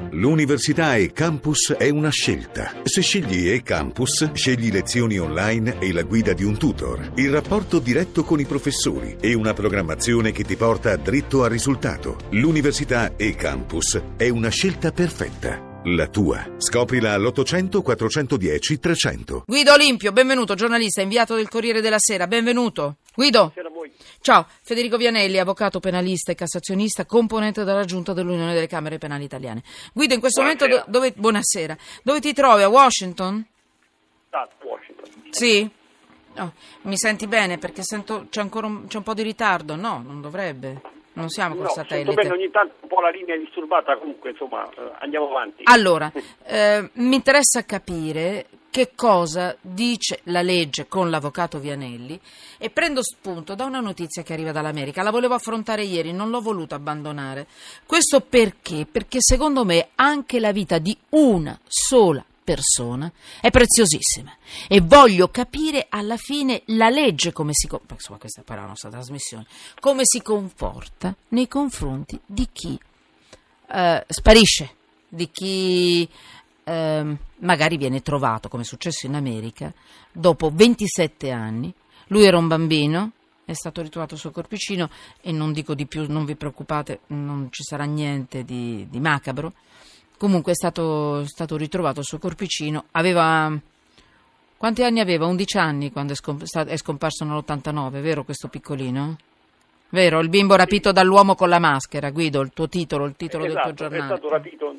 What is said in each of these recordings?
L'università e-Campus è una scelta. Se scegli e-Campus, scegli lezioni online e la guida di un tutor, il rapporto diretto con i professori e una programmazione che ti porta dritto al risultato. L'università e-Campus è una scelta perfetta. La tua. Scoprila all'800 410 300. Guido Olimpio, benvenuto, giornalista, inviato del Corriere della Sera. Benvenuto. Guido. Buonasera a voi. Ciao. Federico Vianelli, avvocato penalista e cassazionista, componente della Giunta dell'Unione delle Camere Penali Italiane. Guido, in questo momento buonasera. Dove ti trovi? A Washington? Washington. Sì? Oh, mi senti bene? Perché sento c'è un po' di ritardo. No, non dovrebbe. Non siamo col satellite. Bene, ogni tanto un po' la linea è disturbata, comunque insomma andiamo avanti. Allora, mi interessa capire che cosa dice la legge con l'avvocato Vianelli e prendo spunto da una notizia che arriva dall'America. La volevo affrontare ieri, non l'ho voluta abbandonare. Questo perché? Perché secondo me anche la vita di una sola persona è preziosissima e voglio capire alla fine la legge come si insomma, questa poi è la nostra trasmissione, come si comporta nei confronti di chi sparisce, di chi magari viene trovato, come è successo in America, dopo 27 anni. Lui era un bambino, è stato ritrovato il suo corpicino e non dico di più, non vi preoccupate, non ci sarà niente di macabro. Comunque è stato ritrovato il suo corpicino. Aveva... Quanti anni aveva? 11 anni quando è scomparso nell'89, vero questo piccolino? Vero? Il bimbo rapito dall'uomo con la maschera. Guido, il titolo esatto, del tuo giornale. È stato rapito,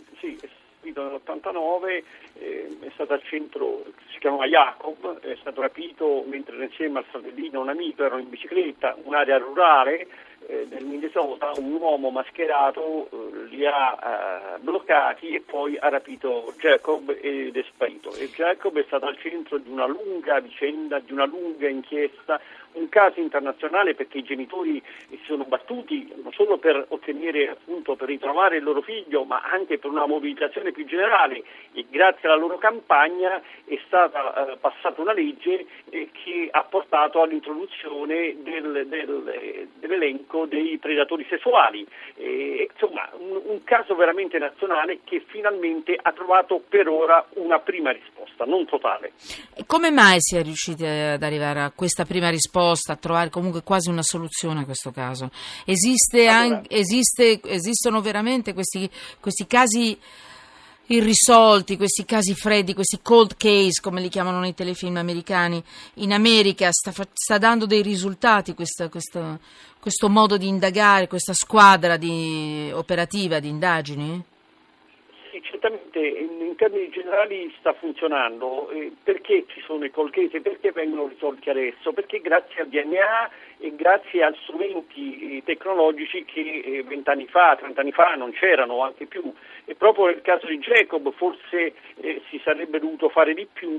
nell'89, è stato al centro, si chiamava Jacob, è stato rapito mentre era insieme al fratellino un amico, erano in bicicletta, un'area rurale del Minnesota. Un uomo mascherato li ha bloccati e poi ha rapito Jacob ed è sparito. E Jacob è stato al centro di una lunga vicenda, di una lunga inchiesta, un caso internazionale perché i genitori si sono battuti non solo per ottenere, appunto, per ritrovare il loro figlio, ma anche per una mobilitazione più generale, e grazie alla loro campagna è stata passata una legge che ha portato all'introduzione dell'elenco dei predatori sessuali. Insomma, un caso veramente nazionale che finalmente ha trovato per ora una prima risposta, non totale. E come mai si è riusciti ad arrivare a questa prima risposta, a trovare comunque quasi una soluzione a questo caso? Esistono veramente questi casi irrisolti, questi casi freddi, questi cold case come li chiamano nei telefilm americani? In America sta dando dei risultati questo modo di indagare, questa squadra operativa di indagini? Sì, certamente in termini generali sta funzionando. Perché ci sono i cold case? Perché vengono risolti adesso? Perché grazie al DNA e grazie a strumenti tecnologici che 20 anni fa, 30 anni fa non c'erano, anche più. E proprio nel caso di Jacob forse si sarebbe dovuto fare di più.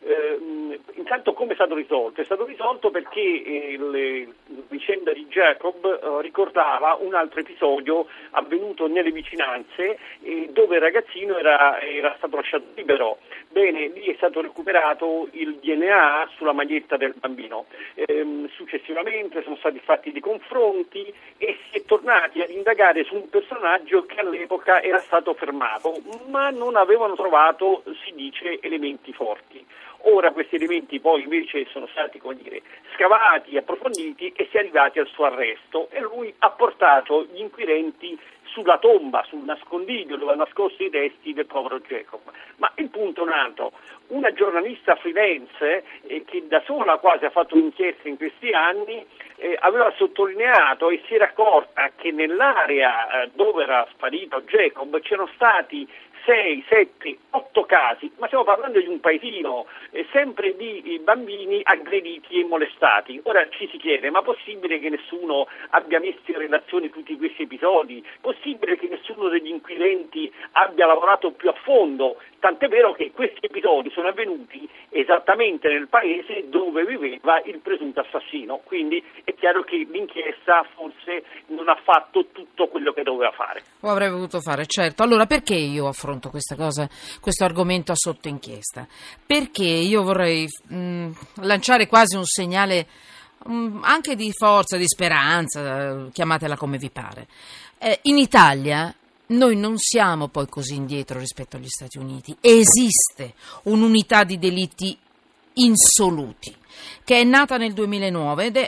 Intanto come è stato risolto? È stato risolto perché la vicenda di Jacob ricordava un altro episodio avvenuto nelle vicinanze dove il ragazzino era stato lasciato libero. Bene, lì è stato recuperato il DNA sulla maglietta del bambino. Successivamente sono stati fatti dei confronti e si è tornati ad indagare su un personaggio che all'epoca era stato fermato, ma non avevano trovato, si dice, elementi forti. Ora questi elementi poi invece sono stati, scavati, approfonditi e si è arrivati al suo arresto e lui ha portato gli inquirenti sulla tomba, sul nascondiglio dove ha nascosto i testi del povero Jacob. Ma il punto è un altro. Una giornalista freelance che da sola quasi ha fatto un'inchiesta in questi anni aveva sottolineato e si era accorta che nell'area dove era sparito Jacob c'erano stati 6, 7, 8 casi, ma stiamo parlando di un paesino, sempre di bambini aggrediti e molestati. Ora ci si chiede, ma possibile che nessuno abbia messo in relazione tutti questi episodi? Possibile che nessuno degli inquirenti abbia lavorato più a fondo? Tant'è vero che questi episodi sono avvenuti esattamente nel paese dove viveva il presunto assassino, quindi è chiaro che l'inchiesta forse non ha fatto tutto quello che doveva fare. Lo avrebbe voluto fare, certo. Allora perché io affronto questa cosa, questo argomento a sotto inchiesta? Perché io vorrei lanciare quasi un segnale anche di forza, di speranza, chiamatela come vi pare. In Italia noi non siamo poi così indietro rispetto agli Stati Uniti. Esiste un'unità di delitti insoluti che è nata nel 2009 ed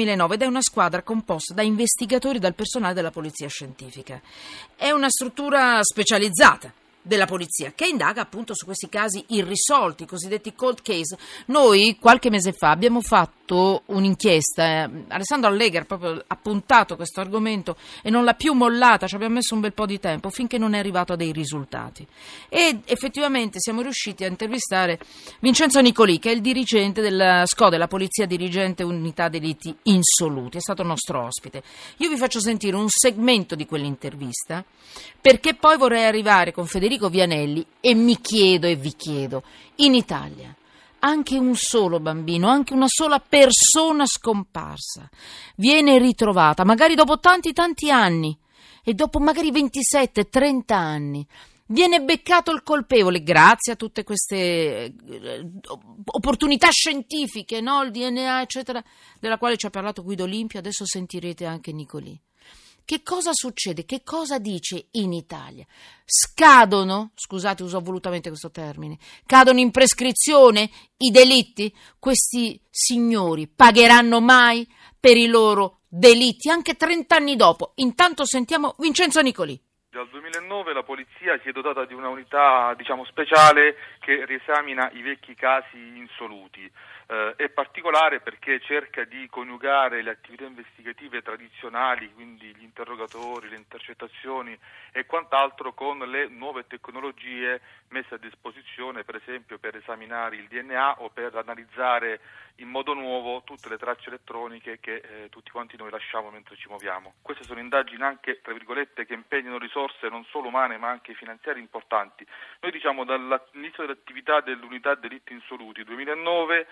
è una squadra composta da investigatori e dal personale della polizia scientifica. È una struttura specializzata della polizia che indaga appunto su questi casi irrisolti, i cosiddetti cold case. Noi qualche mese fa abbiamo fatto un'inchiesta, Alessandro Allegher proprio ha puntato questo argomento e non l'ha più mollata, ci abbiamo messo un bel po' di tempo finché non è arrivato a dei risultati, e effettivamente siamo riusciti a intervistare Vincenzo Nicoli, che è il dirigente della SCO, della polizia dirigente unità delitti insoluti, è stato nostro ospite. Io vi faccio sentire un segmento di quell'intervista perché poi vorrei arrivare con Federico Vianelli e mi chiedo e vi chiedo, in Italia anche un solo bambino, anche una sola persona scomparsa viene ritrovata, magari dopo tanti anni e dopo magari 27-30 anni viene beccato il colpevole grazie a tutte queste opportunità scientifiche, no? Il DNA eccetera, della quale ci ha parlato Guido Olimpio, adesso sentirete anche Nicolì. Che cosa succede? Che cosa dice in Italia? Scadono, scusate, uso volutamente questo termine, cadono in prescrizione i delitti? Questi signori pagheranno mai per i loro delitti, anche 30 anni dopo? Intanto sentiamo Vincenzo Nicoli. Dal 2009 la polizia si è dotata di una unità, speciale che riesamina i vecchi casi insoluti. È particolare perché cerca di coniugare le attività investigative tradizionali, quindi gli interrogatori, le intercettazioni e quant'altro, con le nuove tecnologie messe a disposizione, per esempio per esaminare il DNA o per analizzare in modo nuovo tutte le tracce elettroniche che tutti quanti noi lasciamo mentre ci muoviamo. Queste sono indagini anche, tra virgolette, che impegnano risorse non solo umane ma anche finanziarie importanti. Noi dall'inizio dell'attività dell'unità delitti insoluti 2009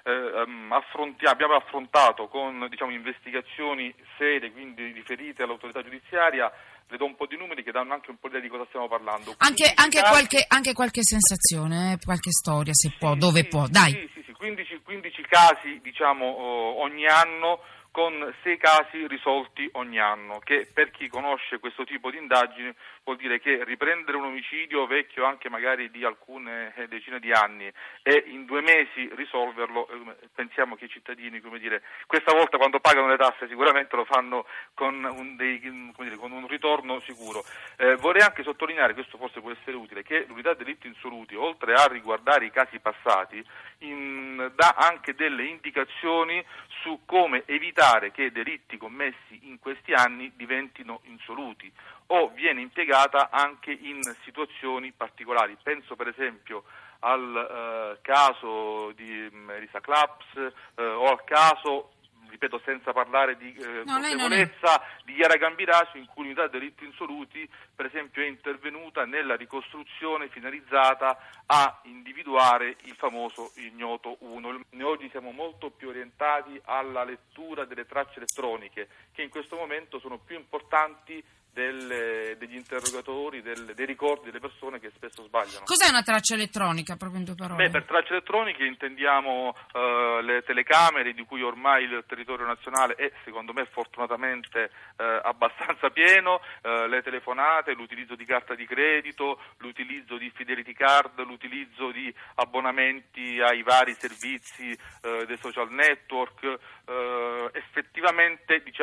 abbiamo affrontato con investigazioni serie, quindi riferite all'autorità giudiziaria. Le do un po' di numeri che danno anche un po' di cosa stiamo parlando. Anche qualche sensazione, qualche storia, se può, dove può, dai. Sì, 15 casi ogni anno, con 6 casi risolti ogni anno, che per chi conosce questo tipo di indagini vuol dire che riprendere un omicidio vecchio anche magari di alcune decine di anni e in 2 mesi risolverlo, pensiamo che i cittadini, questa volta quando pagano le tasse sicuramente lo fanno con un ritorno sicuro. Vorrei anche sottolineare, questo forse può essere utile, che l'unità delitti insoluti, oltre a riguardare i casi passati, dà anche delle indicazioni su come evitare che delitti commessi in questi anni diventino insoluti, o viene impiegata anche in situazioni particolari. Penso per esempio al caso di Elisa Claps o al caso, ripeto senza parlare di colpevolezza, di Chiara Gambiraso, in cui l'unità delitti insoluti per esempio è intervenuta nella ricostruzione finalizzata a individuare il famoso ignoto 1. Noi oggi siamo molto più orientati alla lettura delle tracce elettroniche, che in questo momento sono più importanti degli interrogatori, dei ricordi delle persone che spesso sbagliano. Cos'è una traccia elettronica, proprio in 2 parole? Per tracce elettroniche intendiamo le telecamere, di cui ormai il territorio nazionale è, secondo me, fortunatamente abbastanza pieno, le telefonate, l'utilizzo di carta di credito, l'utilizzo di Fidelity Card, l'utilizzo di abbonamenti ai vari servizi dei social network. Effettivamente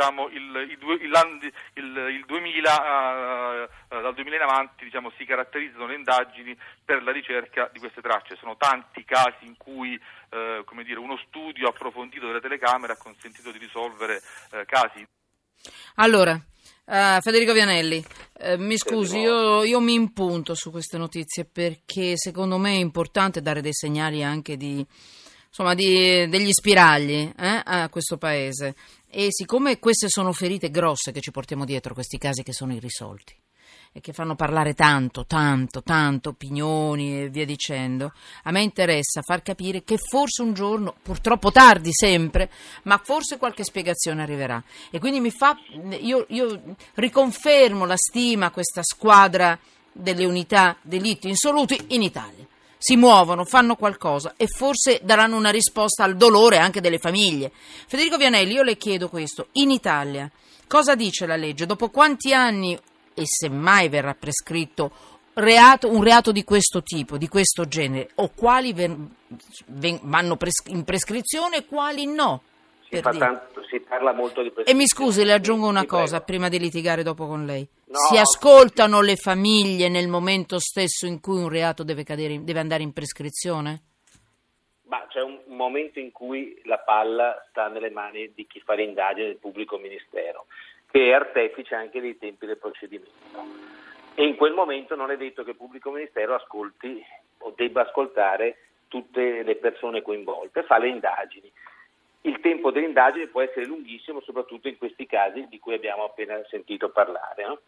il 2000 dal 2000 in avanti si caratterizzano le indagini per la ricerca di queste tracce. Sono tanti casi in cui uno studio approfondito delle telecamere ha consentito di risolvere casi. Allora, Federico Vianelli, mi scusi, io mi impunto su queste notizie perché secondo me è importante dare dei segnali anche degli spiragli a questo paese, e siccome queste sono ferite grosse che ci portiamo dietro, questi casi che sono irrisolti e che fanno parlare tanto, opinioni e via dicendo, a me interessa far capire che forse un giorno, purtroppo tardi sempre, ma forse qualche spiegazione arriverà, e quindi io riconfermo la stima a questa squadra delle unità delitti insoluti in Italia. Si muovono, fanno qualcosa e forse daranno una risposta al dolore anche delle famiglie. Federico Vianelli, io le chiedo questo: in Italia cosa dice la legge? Dopo quanti anni e semmai verrà prescritto un reato di questo tipo, di questo genere, o quali vanno in prescrizione e quali no. Si parla molto di prescrizione. E mi scusi, le aggiungo una cosa prima di litigare dopo con lei. Si ascoltano le famiglie nel momento stesso in cui un reato deve andare in prescrizione? Ma c'è un momento in cui la palla sta nelle mani di chi fa l'indagine, del pubblico ministero, che è artefice anche dei tempi del procedimento. E in quel momento non è detto che il pubblico ministero ascolti o debba ascoltare tutte le persone coinvolte, fa le indagini. Il tempo delle indagini può essere lunghissimo, soprattutto in questi casi di cui abbiamo appena sentito parlare, no?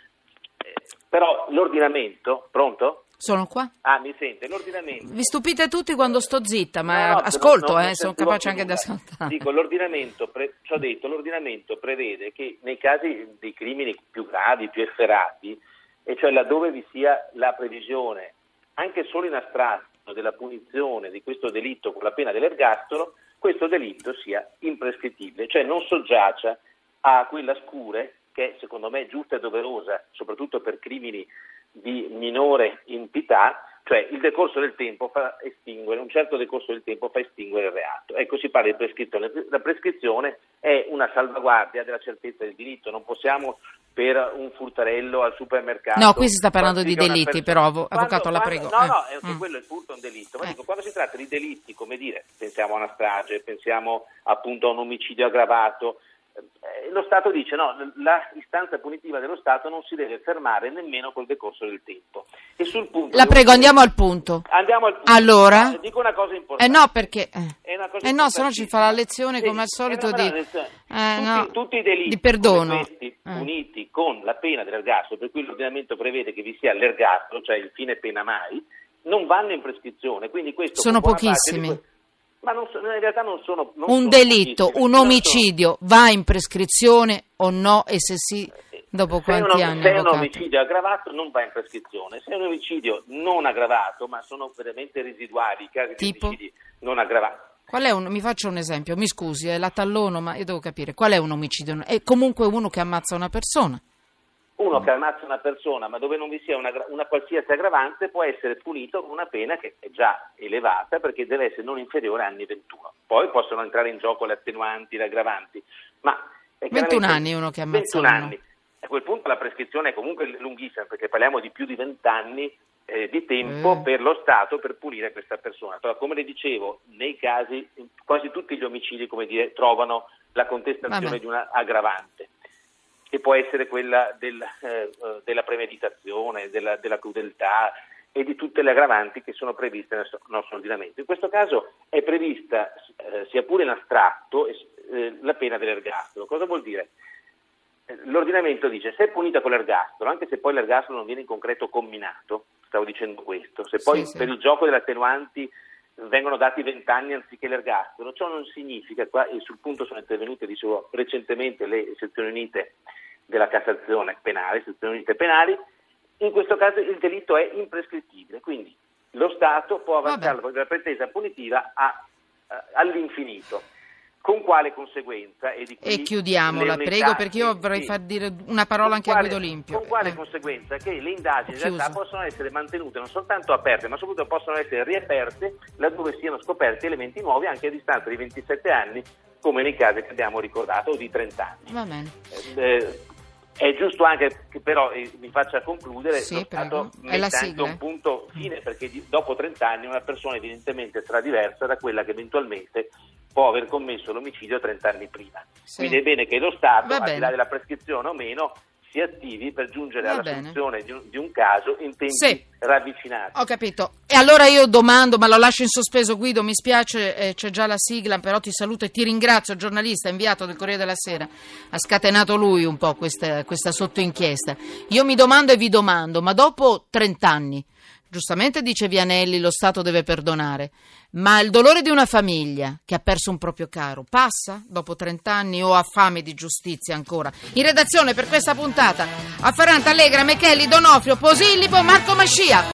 Però l'ordinamento, pronto? Sono qua. Mi sente? L'ordinamento. Vi stupite tutti quando sto zitta, ma ascolto, sono capace anche di ascoltare. Dico, l'ordinamento prevede che nei casi dei crimini più gravi, più efferati, e cioè laddove vi sia la previsione, anche solo in astratto, della punizione di questo delitto con la pena dell'ergastolo, questo delitto sia imprescrittibile, cioè non soggiacia a quella scure che secondo me è giusta e doverosa, soprattutto per crimini di minore entità, cioè il decorso del tempo fa estinguere, un certo decorso del tempo fa estinguere il reato. Ecco, si parla di prescrizione. La prescrizione è una salvaguardia della certezza del diritto, non possiamo per un furtarello al supermercato. No, qui si sta parlando di delitti, però, avvocato, la prego. No, anche quello, il furto è un delitto. Ma dico, quando si tratta di delitti, come dire, pensiamo a una strage, pensiamo appunto a un omicidio aggravato, lo Stato dice no, la istanza punitiva dello Stato non si deve fermare nemmeno col decorso del tempo. E sul punto la prego, andiamo al punto. Allora? Dico una cosa importante. No, perché se no ci fa la lezione come al solito tutti i delitti di perdono questi puniti con la pena dell'ergastolo, per cui l'ordinamento prevede che vi sia l'ergastolo, cioè il fine pena mai, non vanno in prescrizione. Quindi questo sono pochissimi. Ma in realtà non sono un delitto, un omicidio va in prescrizione o no, e se sì, dopo quanti anni? Se è un omicidio aggravato non va in prescrizione, se è un omicidio non aggravato, ma sono veramente residuali i casi di omicidi non aggravati. Mi faccio un esempio, mi scusi, è la Tallono, ma io devo capire, qual è un omicidio? È comunque uno che ammazza una persona. Uno che ammazza una persona, ma dove non vi sia una qualsiasi aggravante, può essere punito con una pena che è già elevata, perché deve essere non inferiore a anni 21. Poi possono entrare in gioco le attenuanti, le aggravanti, ma 21 anni uno che ammazza 21 anni. A quel punto la prescrizione è comunque lunghissima, perché parliamo di più di 20 anni di tempo per lo Stato per punire questa persona. Però, come le dicevo, nei casi, quasi tutti gli omicidi, come dire, trovano la contestazione di una aggravante, che può essere quella della premeditazione, della crudeltà e di tutte le aggravanti che sono previste nel nostro ordinamento. In questo caso è prevista, sia pure in astratto, la pena dell'ergastolo. Cosa vuol dire? L'ordinamento dice, se è punita con l'ergastolo, anche se poi l'ergastolo non viene in concreto comminato, stavo dicendo questo, se poi per il gioco delle attenuanti vengono dati 20 anni anziché l'ergastolo, ciò non significa, qua e sul punto sono intervenute, dicevo, recentemente le sezioni unite della Cassazione penale, sezioni unite penali, in questo caso il delitto è imprescrittibile, quindi lo Stato può avanzare la pretesa punitiva all'infinito. Con quale conseguenza? E chiudiamola, prego, perché io vorrei far dire una parola anche a Guido Limpio. Con quale conseguenza? Che le indagini in realtà possono essere mantenute non soltanto aperte, ma soprattutto possono essere riaperte laddove siano scoperti elementi nuovi anche a distanza di 27 anni, come nei casi che abbiamo ricordato, o di 30 anni. Va bene. È giusto anche che però mi faccia concludere, lo Stato metta anche un punto fine, perché dopo 30 anni una persona evidentemente sarà diversa da quella che eventualmente può aver commesso l'omicidio 30 anni prima. Quindi è bene che lo Stato, al di là della prescrizione o meno, si attivi per giungere alla soluzione di un caso in tempi ravvicinati. Ho capito. E allora io domando, ma lo lascio in sospeso, Guido, mi spiace, c'è già la sigla, però ti saluto e ti ringrazio, giornalista inviato del Corriere della Sera. Ha scatenato lui un po' questa sottoinchiesta. Io mi domando e vi domando, ma dopo 30 anni, giustamente dice Vianelli, lo Stato deve perdonare, ma il dolore di una famiglia che ha perso un proprio caro passa dopo 30 anni o ha fame di giustizia ancora? In redazione per questa puntata Afferrante, Allegra, Mechelli, Donofrio, Posillipo, Marco Mascia.